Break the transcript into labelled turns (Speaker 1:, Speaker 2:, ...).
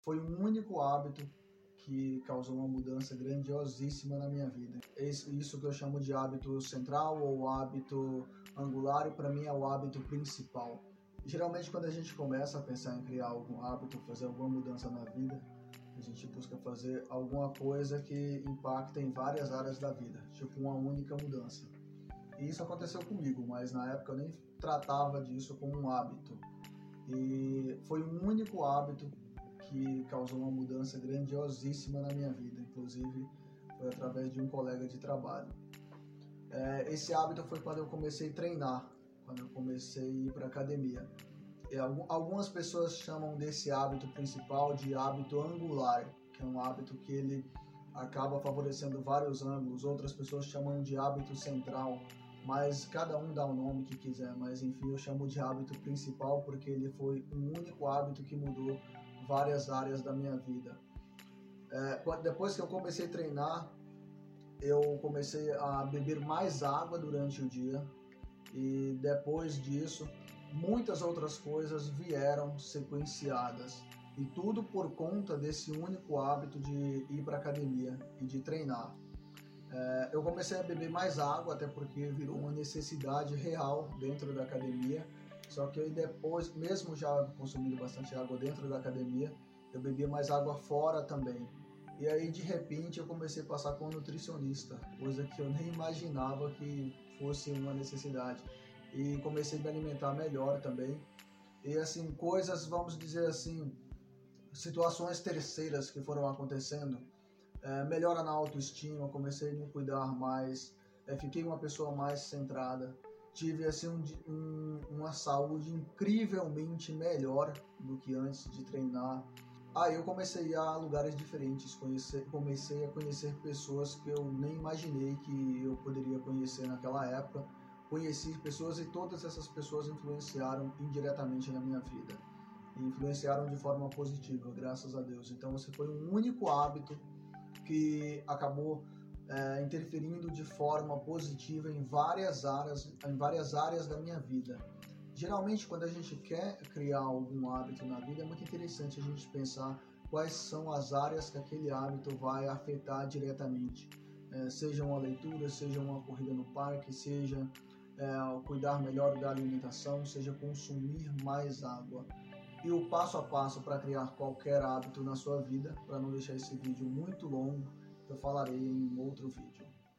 Speaker 1: Foi um único hábito que causou uma mudança grandiosíssima na minha vida. Isso que eu chamo de hábito central ou hábito angular, e para mim é o hábito principal. Geralmente, quando a gente começa a pensar em criar algum hábito, fazer alguma mudança na vida, a gente busca fazer alguma coisa que impacta em várias áreas da vida, tipo uma única mudança. E isso aconteceu comigo, mas na época eu nem tratava disso como um hábito. E foi um único hábito que causou uma mudança grandiosíssima na minha vida. Inclusive, foi através de um colega de trabalho. Esse hábito foi quando eu comecei a treinar, quando eu comecei a ir para academia. E algumas pessoas chamam desse hábito principal de hábito angular, que é um hábito que ele acaba favorecendo vários ângulos. Outras pessoas chamam de hábito central, mas cada um dá o nome que quiser. Mas enfim, eu chamo de hábito principal porque ele foi um único hábito que mudou várias áreas da minha vida. Depois que eu comecei a treinar, eu comecei a beber mais água durante o dia, e depois disso muitas outras coisas vieram sequenciadas, e tudo por conta desse único hábito de ir para academia e de treinar. Eu comecei a beber mais água, até porque virou uma necessidade real dentro da academia. Só que aí depois, mesmo já consumindo bastante água dentro da academia, eu bebia mais água fora também. E aí de repente eu comecei a passar com um nutricionista, coisa que eu nem imaginava que fosse uma necessidade. E comecei a me alimentar melhor também. E assim, coisas, vamos dizer assim, situações terceiras que foram acontecendo, melhora na autoestima, comecei a me cuidar mais, fiquei uma pessoa mais centrada, tive assim uma saúde incrivelmente melhor do que antes de treinar. Aí eu comecei a ir a lugares diferentes, comecei a conhecer pessoas que eu nem imaginei que eu poderia conhecer naquela época. Conheci pessoas e todas essas pessoas influenciaram indiretamente na minha vida. E influenciaram de forma positiva, graças a Deus. Então esse foi um único hábito que acabou interferindo de forma positiva em várias áreas da minha vida. Geralmente, quando a gente quer criar algum hábito na vida, é muito interessante a gente pensar quais são as áreas que aquele hábito vai afetar diretamente. Seja uma leitura, seja uma corrida no parque, seja cuidar melhor da alimentação, seja consumir mais água. E o passo a passo para criar qualquer hábito na sua vida, para não deixar esse vídeo muito longo, eu falarei em outro vídeo.